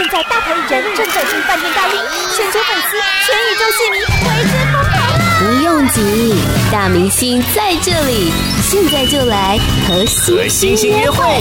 在大牌艺人正走进饭店大厅，全球粉丝、全宇宙戏迷为之疯狂啊！ 不用急，大明星在这里，现在就来和星星约会。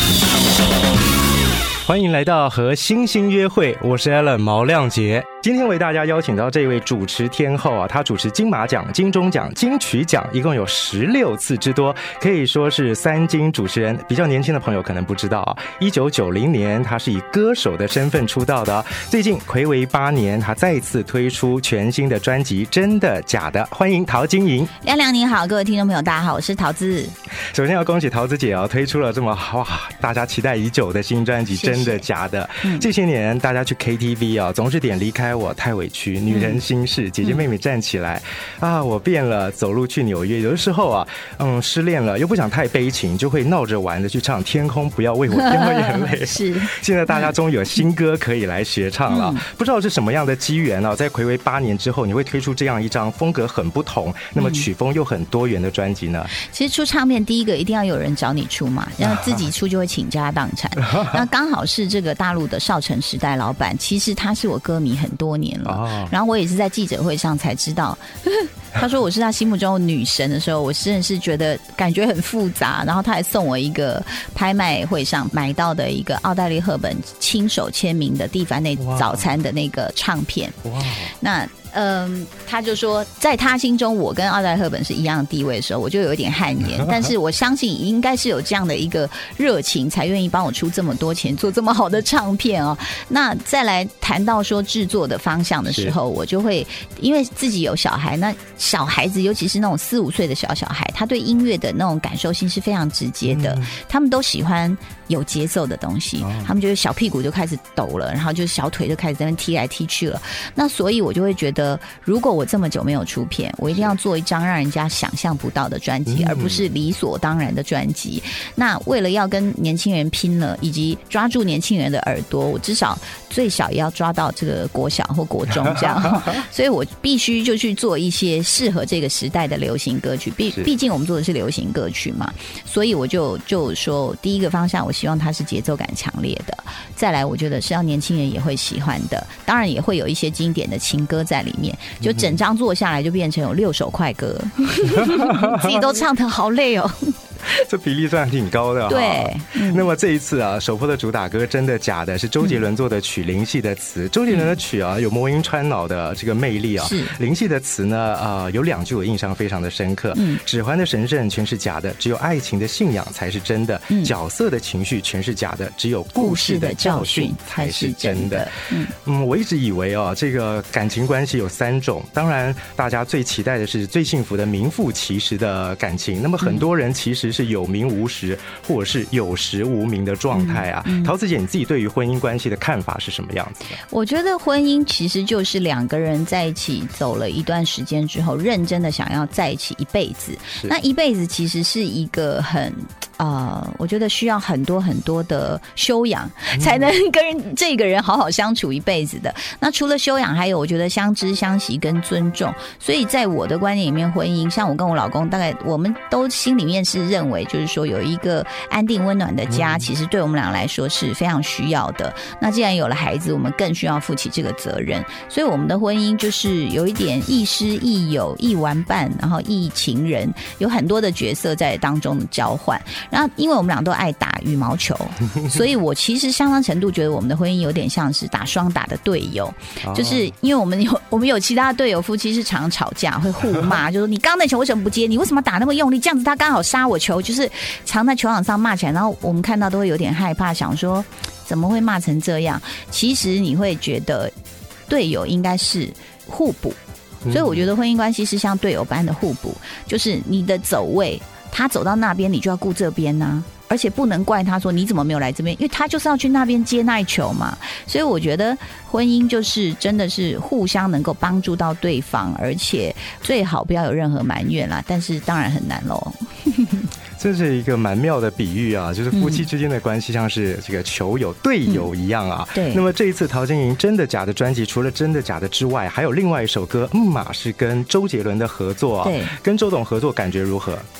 欢迎来到和星星约会，我是 Alan 毛亮杰。今天为大家邀请到这位主持天后啊，她主持金马奖、金钟奖、金曲奖，一共有16次之多，可以说是3金主持人。比较年轻的朋友可能不知道啊，1990年她是以歌手的身份出道的，最近睽违8年，她再次推出全新的专辑《真的假的》，欢迎陶晶莹。 亮亮你好，各位听众朋友大家好，我是陶子。 首先要恭喜陶子姐啊，推出了这么大家期待已久的新专辑《真的假的》。这些年大家去 KTV 啊，总是点离开我太委屈，女人心事，姐姐妹妹站起来啊，我变了，走路去纽约。有的时候啊，失恋了又不想太悲情，就会闹着玩的去唱《天空不要为我掉眼泪》。 是， 现在大家终于有新歌可以来学唱了。不知道是什么样的机缘啊，在睽违8年之后，你会推出这样一张风格很不同，那么曲风又很多元的专辑呢？ 其实出唱片第一个一定要有人找你出嘛，然后自己出就会倾家荡产。那刚好是这个大陆的少城时代老板，其实他是我歌迷很多年了，然后我也是在记者会上才知道，他说我是他心目中的女神的时候，我真的是觉得感觉很复杂。然后他还送我一个拍卖会上买到的一个奥黛丽·赫本亲手签名的蒂凡内早餐的那个唱片。那他就说，在他心中，我跟奥黛丽·赫本是一样的地位的时候，我就有一点汗颜。但是我相信，应该是有这样的一个热情，才愿意帮我出这么多钱，做这么好的唱片哦。那再来谈到说制作的方向的时候，我就会因为自己有小孩，那小孩子尤其是那种4、5岁的小孩，他对音乐的那种感受性是非常直接的，他们都喜欢有节奏的东西，他们就是小屁股就开始抖了，然后就是小腿就开始在那边踢来踢去了。那所以我就会觉得，如果我这么久没有出片，我一定要做一张让人家想象不到的专辑，而不是理所当然的专辑。那为了要跟年轻人拼了，以及抓住年轻人的耳朵，我至少最少也要抓到这个国小或国中这样所以我必须就去做一些适合这个时代的流行歌曲，毕竟我们做的是流行歌曲嘛，所以我就说第一个方向，我希望它是节奏感强烈的，再来我觉得是要年轻人也会喜欢的，当然也会有一些经典的情歌在里面，就整张做下来就变成有6首快歌自己都唱得好累哦这比例算挺高的。 对， 那么这一次啊，首播的主打歌《真的假的》是周杰伦做的曲，林夕的词。周杰伦的曲啊，有魔音穿脑的这个魅力啊。林夕的词呢，有2句我印象非常的深刻。指环的神圣全是假的，只有爱情的信仰才是真的。角色的情绪全是假的，只有故事的教训才是真的。我一直以为啊，这个感情关系有3种，当然大家最期待的是最幸福的名副其实的感情。那么很多人其实是有名无实，或者是有实无名的状态啊。陶子姐，你自己对于婚姻关系的看法是什么样子的？ 我觉得婚姻其实就是2个人在一起走了一段时间之后，认真的想要在一起一辈子。那一辈子其实是一个很我觉得需要很多很多的修养，才能跟这个人好好相处一辈子的。那除了修养，还有我觉得相知相惜跟尊重。所以在我的观念里面，婚姻像我跟我老公，大概我们都心里面是认为，就是说有一个安定温暖的家，其实对我们俩来说是非常需要的。那既然有了孩子，我们更需要负起这个责任。所以我们的婚姻就是有一点亦师亦友、亦玩伴，然后亦情人，有很多的角色在当中的交换。然后因为我们俩都爱打羽毛球，所以我其实相当程度觉得我们的婚姻有点像是打双打的队友，就是因为我们有其他队友夫妻是常吵架会互骂，就说你刚刚那球为什么不接，你为什么打那么用力，这样子他刚好杀我球，就是常在球场上骂起来。然后我们看到都会有点害怕，想说怎么会骂成这样。其实你会觉得队友应该是互补，所以我觉得婚姻关系是像队友般的互补，就是你的走位，他走到那边你就要顾这边啊，而且不能怪他说你怎么没有来这边，因为他就是要去那边接那一球嘛。所以我觉得婚姻就是真的是互相能够帮助到对方，而且最好不要有任何埋怨啦，但是当然很难咯这是一个蛮妙的比喻啊，就是夫妻之间的关系像是这个球友、队友一样啊。 对。 那么这一次陶晶莹真的假的专辑，除了真的假的之外，还有另外一首歌是跟周杰伦的合作啊。 对。 跟周董合作感觉如何？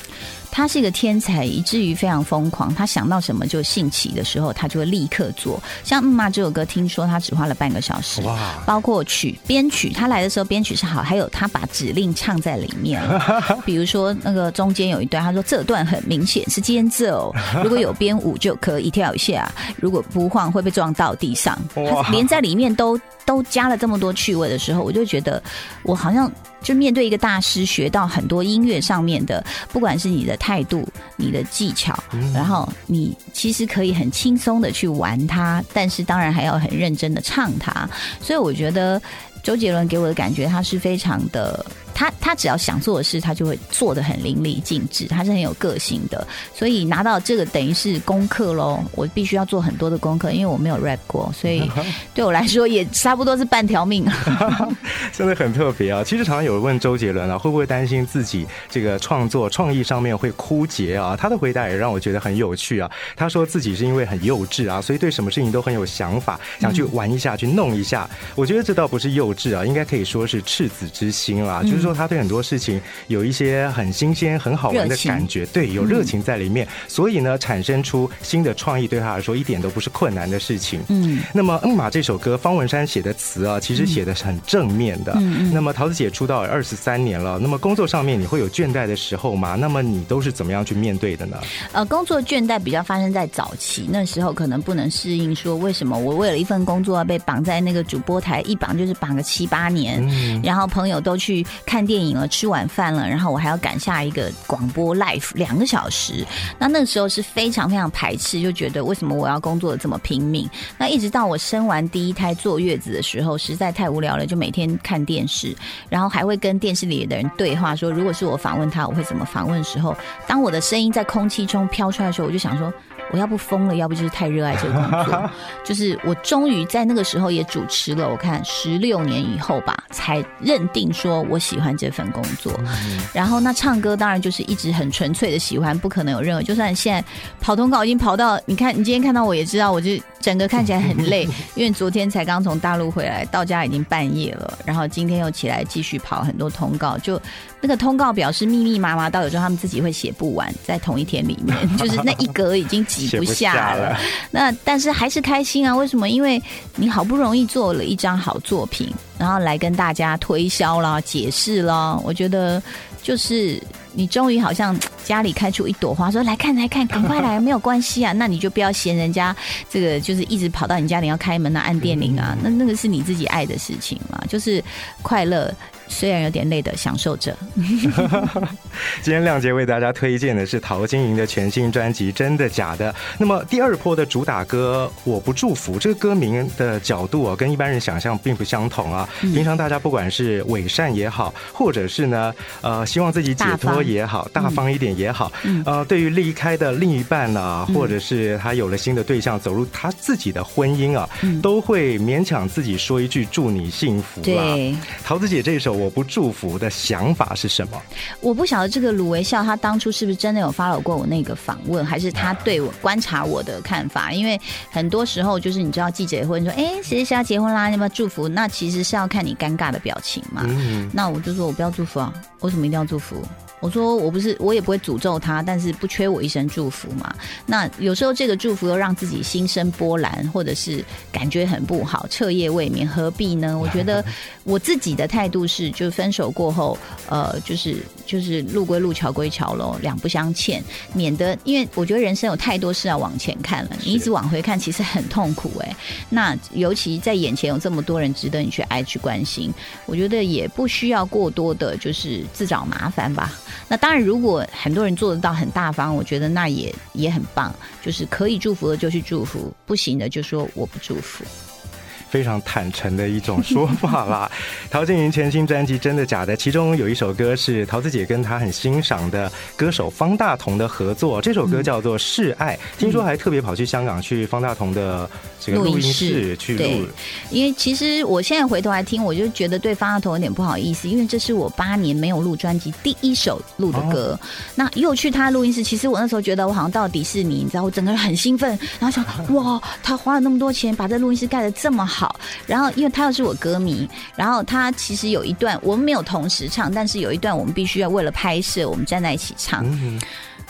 他是一个天才，以至于非常疯狂。他想到什么就兴起的时候，他就会立刻做。像妈这首歌，听说他只花了半个小时，哇！包括编曲，他来的时候编曲是好，还有他把指令唱在里面。比如说那个中间有一段，他说这段很明显是间奏，如果有编舞就可以跳一下，如果不晃会被撞到地上。他连在里面都加了这么多趣味的时候，我就觉得我好像就面对一个大师，学到很多音乐上面的，不管是你的态度、你的技巧，然后你其实可以很轻松的去玩它，但是当然还要很认真的唱它。所以我觉得周杰伦给我的感觉，他是非常的。他只要想做的事，他就会做得很淋漓尽致，他是很有个性的，所以拿到这个等于是功课咯，我必须要做很多的功课，因为我没有 rap 过，所以对我来说也差不多是半条命。 真的很特别啊！其实常常有人问周杰伦啊，会不会担心自己这个创意上面会枯竭啊？他的回答也让我觉得很有趣啊。他说自己是因为很幼稚啊，所以对什么事情都很有想法，想去玩一下，去弄一下。我觉得这倒不是幼稚啊，应该可以说是赤子之心啦，就是说他对很多事情有一些很新鲜很好玩的感觉，对，有热情在里面，所以呢产生出新的创意对他来说一点都不是困难的事情。那么马这首歌方文山写的词啊，其实写的是很正面的。那么桃子姐出道23年了，那么工作上面你会有倦怠的时候吗？那么你都是怎么样去面对的呢？ 工作倦怠比较发生在早期，那时候可能不能适应说为什么我为了一份工作要被绑在那个主播台，一绑就是绑个7-8年，然后朋友都去看电影了，吃晚饭了，然后我还要赶下一个广播 live 2个小时。那个时候是非常非常排斥，就觉得为什么我要工作的这么拼命。那一直到我生完第一胎坐月子的时候，实在太无聊了，就每天看电视，然后还会跟电视里的人对话，说如果是我访问他我会怎么访问的时候，当我的声音在空气中飘出来的时候，我就想说我要不疯了，要不就是太热爱这个工作。就是我终于在那个时候也主持了，我看16年以后吧，才认定说我喜欢这份工作。然后那唱歌当然就是一直很纯粹的喜欢，不可能有任何，就算现在跑通告已经跑到，你看你今天看到我也知道，我就整个看起来很累，因为昨天才刚从大陆回来，到家已经半夜了，然后今天又起来继续跑很多通告，就那个通告表是密密麻麻到有时候他们自己会写不完，在同一天里面，就是那一格已经挤不下了。那但是还是开心啊，为什么？因为你好不容易做了一张好作品，然后来跟大家推销啦、解释啦，我觉得就是你终于好像家里开出一朵花，说来看来看，赶快来，没有关系啊。那你就不要嫌人家这个就是一直跑到你家里要开门啊、按电铃啊，那个是你自己爱的事情嘛，就是快乐。虽然有点累的享受着。 今天亮杰为大家推荐的是陶晶莹的全新专辑《真的假的》。那么第二波的主打歌《我不祝福》，这个歌名的角度跟一般人想象并不相同啊。平常大家不管是伪善也好，或者是呢希望自己解脱也好，大方一点也好，对于离开的另一半啊，或者是他有了新的对象，走入他自己的婚姻啊，都会勉强自己说一句祝你幸福啦。对，桃子姐这首我不祝福的想法是什么？ 我不晓得这个鲁维孝他当初是不是真的有 follow 过我那个访问，还是他对我观察我的看法。因为很多时候就是你知道记者也会说谁谁要结婚啦，要不要祝福，那其实是要看你尴尬的表情嘛。那我就说我不要祝福啊，为什么一定要祝福？我说我也不会诅咒他，但是不缺我一声祝福嘛。那有时候这个祝福又让自己心生波澜，或者是感觉很不好，彻夜未眠，何必呢？我觉得我自己的态度是，就分手过后，就是路归路，桥归桥喽，两不相欠，免得因为我觉得人生有太多事要往前看了，你一直往回看，其实很痛苦那尤其在眼前有这么多人值得你去爱去关心，我觉得也不需要过多的就是自找麻烦吧。那当然如果很多人做得到很大方，我觉得那也很棒，就是可以祝福的就去祝福，不行的就说我不祝福。 非常坦诚的一种说法啦。陶晶莹全新专辑《真的假的》，其中有一首歌是桃子姐跟她很欣赏的歌手方大同的合作，这首歌叫做《示爱》。听说还特别跑去香港去方大同的这个录音室去录。 因为其实我现在回头来听，我就觉得对方大同有点不好意思，因为这是我8年没有录专辑第一首录的歌。那又去他录音室，其实我那时候觉得我好像到迪士尼，你知道，我整个人很兴奋，然后想哇，他花了那么多钱把这录音室盖得这么好。然后因为他又是我歌迷，然后他其实有一段我们没有同时唱，但是有一段我们必须要为了拍摄我们站在一起唱。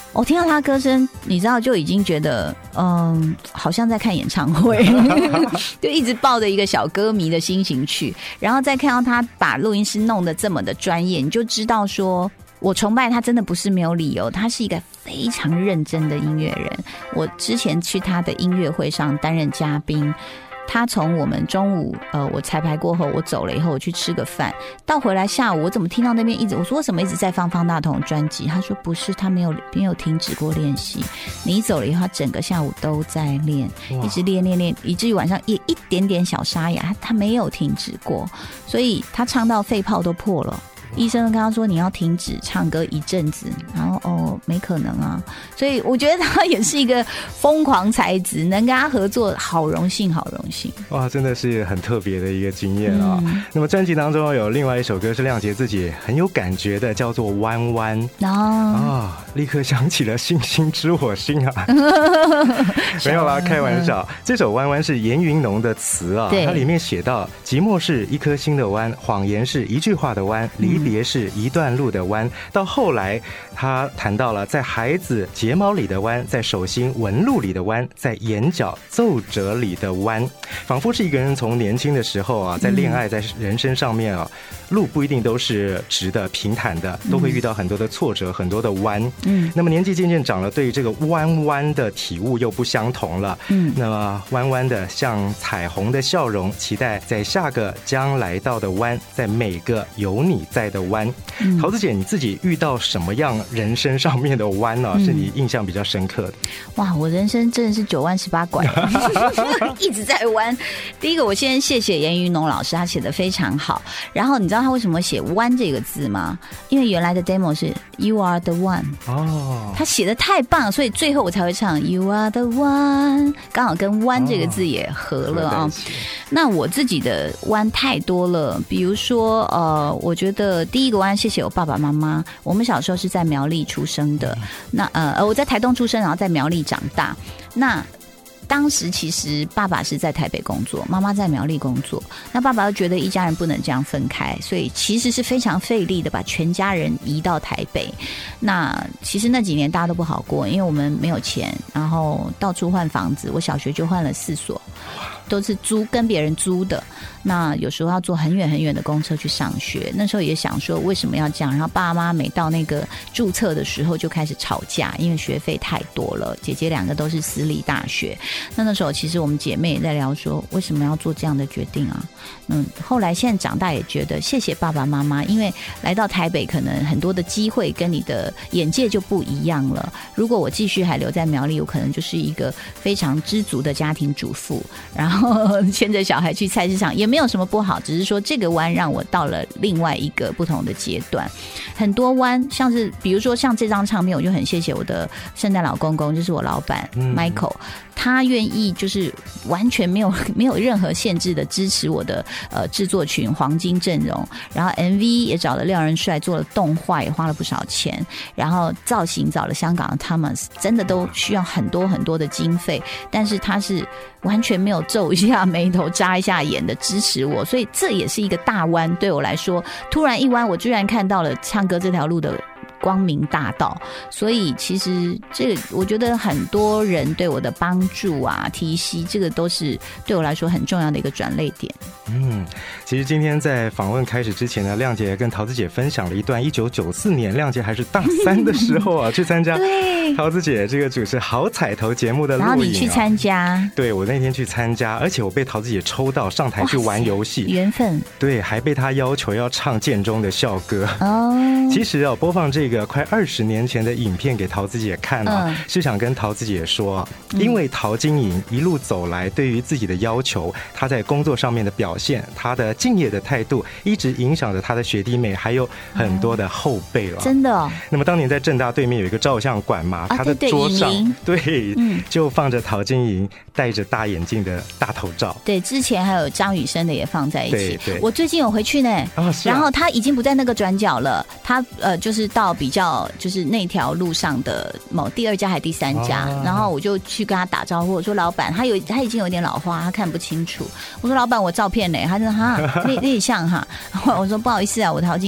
我听到他歌声，你知道就已经觉得，好像在看演唱会，就一直抱着一个小歌迷的心情去，然后再看到他把录音室弄得这么的专业，你就知道说，我崇拜他真的不是没有理由，他是一个非常认真的音乐人。我之前去他的音乐会上担任嘉宾。他从我们中午我彩排过后，我走了以后，我去吃个饭，到回来下午，我怎么听到那边一直，我说为什么一直在放方大同专辑？他说不是，他没有停止过练习。你一走了以后，他整个下午都在练，一直练，以至于晚上也一点点小沙哑，他没有停止过，所以他唱到肺泡都破了。医生跟他说你要停止唱歌一阵子，然后没可能啊，所以我觉得他也是一个疯狂才子，能跟他合作好荣幸。 哇，真的是很特别的一个经验啊。那么专辑当中有另外一首歌是亮杰自己很有感觉的，叫做弯弯立刻想起了星星知我心啊。没有啦，开玩笑。这首弯弯是严云农的词啊，它里面写到寂寞是一颗心的弯，谎言是一句话的弯，离别是一段路的弯，到后来他谈到了在孩子睫毛里的弯，在手心纹路里的弯，在眼角奏折里的弯，仿佛是一个人从年轻的时候啊，在恋爱在人生上面啊，路不一定都是直的平坦的，都会遇到很多的挫折，很多的弯。那么年纪渐渐长了，对这个弯弯的体悟又不相同了。那么弯弯的像彩虹的笑容，期待在下个将来到的弯，在每个有你在的弯。桃子姐，你自己遇到什么样人生上面的弯呢？是你印象比较深刻的？ 哇，我人生真的是9弯18拐，一直在弯。第一个，我先谢谢严云农老师，他写的非常好。然后你知道他为什么写弯这个字吗？因为原来的 demo 是 You are the one 他写的太棒，所以最后我才会唱 You are the one， 刚好跟弯这个字也合了啊。那我自己的弯太多了，比如说我觉得第一个弯，谢谢我爸爸妈妈。我们小时候是在苗栗出生的，那我在台东出生，然后在苗栗长大。那当时其实爸爸是在台北工作，妈妈在苗栗工作。那爸爸又觉得一家人不能这样分开，所以其实是非常费力的把全家人移到台北。那其实那几年大家都不好过，因为我们没有钱，然后到处换房子。我小学就换了4所，都是跟别人租的。那有时候要坐很远很远的公车去上学，那时候也想说为什么要这样，然后爸妈每到那个注册的时候就开始吵架，因为学费太多了，姐姐2个都是私立大学。那时候其实我们姐妹也在聊说为什么要做这样的决定啊。后来现在长大也觉得谢谢爸爸妈妈，因为来到台北可能很多的机会跟你的眼界就不一样了。如果我继续还留在苗栗，我可能就是一个非常知足的家庭主妇，然后牵着小孩去菜市场，也没有什么不好，只是说这个弯让我到了另外一个不同的阶段。很多弯像是比如说像这张唱片，我就很谢谢我的圣诞老公公，就是我老板 Michael， 他愿意就是完全没有任何限制的支持我的制作群黄金阵容，然后 MV 也找了廖仁帅做了动画，也花了不少钱，然后造型找了香港的 Thomas， 真的都需要很多很多的经费，但是他是完全没有皱一下眉头眨一下眼的支持我，所以这也是一个大弯，对我来说突然一弯，我居然看到了唱歌这条路的光明大道。所以其实这个我觉得很多人对我的帮助啊提携，这个都是对我来说很重要的一个转捩点。 其实今天在访问开始之前呢，亮姐跟桃子姐分享了一段1994年亮姐还是大3的时候啊去参加桃子姐这个主持好彩头节目的录影， 然后你去参加。 对，我那天去参加，而且我被桃子姐抽到上台去玩游戏， 缘分。 对，还被她要求要唱建中的校歌。其实播放这个快20年前的影片给桃子姐看是想跟桃子姐说，因为陶晶莹一路走来对于自己的要求，她在工作上面的表现，她的敬业的态度，一直影响着她的学弟妹还有很多的后辈了。 真的那么当年在政大对面有一个照相馆嘛，她的桌上就放着陶晶莹戴着大眼镜的大头照。 对，之前还有张雨生的也放在一起。对，我最近有回去呢。然后他已经不在那个转角了，他就是到比较就是那条路上的第2家还第3家，然后我就去跟他打招呼，我说老板，他已经有点老花，他看不清楚。我说老板，我照片呢？他说哈，那像哈。我说不好意思啊，我陶晶莹。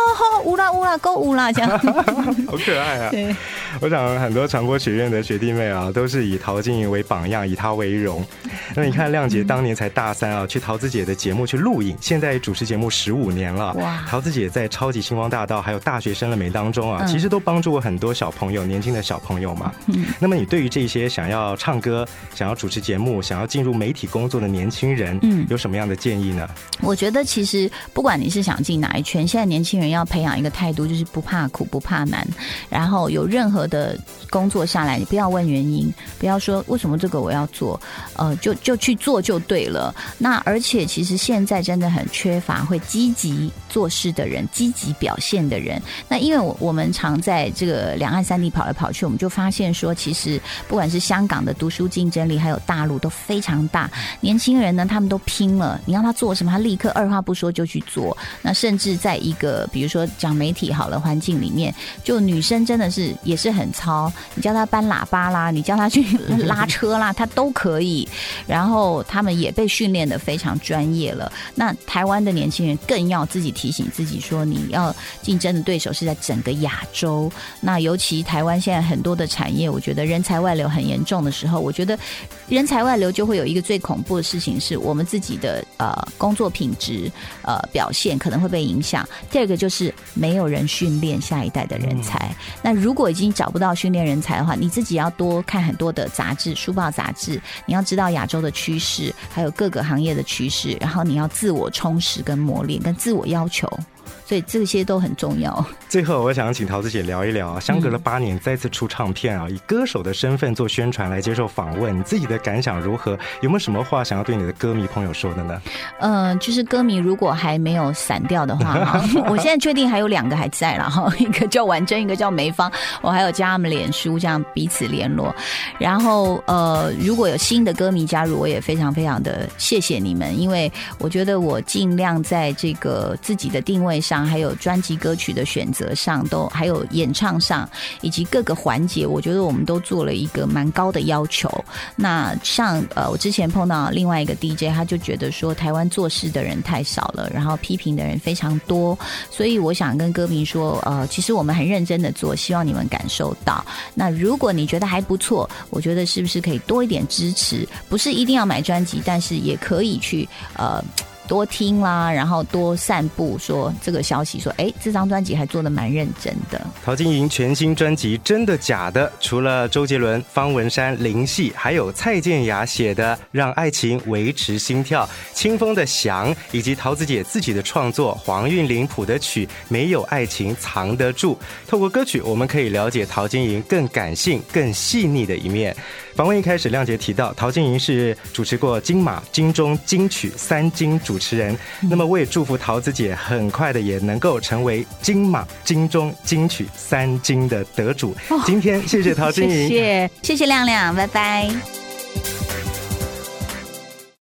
乌啦够乌啦这样， 好可爱啊！ 对， 我想很多传播学院的学弟妹啊，都是以陶晶莹为榜样，以她为荣。那你看亮姐当年才大3啊，去陶子姐的节目去录影，现在主持节目15年了。哇！陶子姐在超级星光大道还有大学生了没当中啊，其实都帮助过很多小朋友，年轻的小朋友嘛。那么你对于这些想要唱歌、想要主持节目、想要进入媒体工作的年轻人，有什么样的建议呢？ 我觉得其实不管你是想进哪一圈，现在年轻人要培养一个态度，就是不怕苦不怕难，然后有任何的工作下来，你不要问原因，不要说为什么这个我要做，就去做就对了。那而且其实现在真的很缺乏会积极做事的人，积极表现的人。那因为我们常在这个两岸3地跑来跑去，我们就发现说，其实不管是香港的读书竞争力，还有大陆都非常大。年轻人呢，他们都拼了，你让他做什么，他立刻二话不说就去做。那甚至在一个比如说讲媒体好了环境里面，就女生真的是也是很糙，你叫她搬喇叭啦，你叫她去拉车啦，她都可以。然后他们也被训练得非常专业了。那台湾的年轻人更要自己提醒自己说，你要竞争的对手是在整个亚洲。那尤其台湾现在很多的产业，我觉得人才外流很严重的时候，我觉得人才外流就会有一个最恐怖的事情，是我们自己的工作品质表现可能会被影响。第二个就是没有人训练下一代的人才。那如果已经找不到训练人才的话，你自己要多看很多的杂志、书报杂志，你要知道亚洲的趋势，还有各个行业的趋势，然后你要自我充实跟磨练跟自我要求。所以这些都很重要。 最后我想请陶子姐聊一聊，相隔了8年再次出唱片啊，以歌手的身份做宣传来接受访问，你自己的感想如何？有没有什么话想要对你的歌迷朋友说的呢？ 就是歌迷如果还没有散掉的话我现在确定还有2个还在啦，一个叫婉珍，一个叫梅芳，我还有加他们脸书，这样彼此联络。然后如果有新的歌迷加入，我也非常非常的谢谢你们，因为我觉得我尽量在这个自己的定位上，还有专辑歌曲的选择上，都还有演唱上，以及各个环节，我觉得我们都做了一个蛮高的要求。那像我之前碰到另外一个 DJ， 他就觉得说台湾做事的人太少了，然后批评的人非常多，所以我想跟歌迷说，其实我们很认真的做，希望你们感受到。那如果你觉得还不错，我觉得是不是可以多一点支持？不是一定要买专辑，但是也可以去多听啦，然后多散布说这个消息，说这张专辑还做得蛮认真的。 陶晶莹全新专辑《真的假的》，除了周杰伦、方文山、林夕，还有蔡健雅写的《让爱情维持心跳》，清风的《翔》，以及陶子姐自己的创作黄韵玲谱的曲《没有爱情藏得住》。透过歌曲，我们可以了解陶晶莹更感性、更细腻的一面。访问一开始，亮姐提到陶晶莹是主持过金马、金钟、金曲3金主持人。那么我也祝福陶子姐很快的也能够成为金马、金钟、金曲3金的得主。今天谢谢陶晶莹， 谢谢亮亮，拜拜。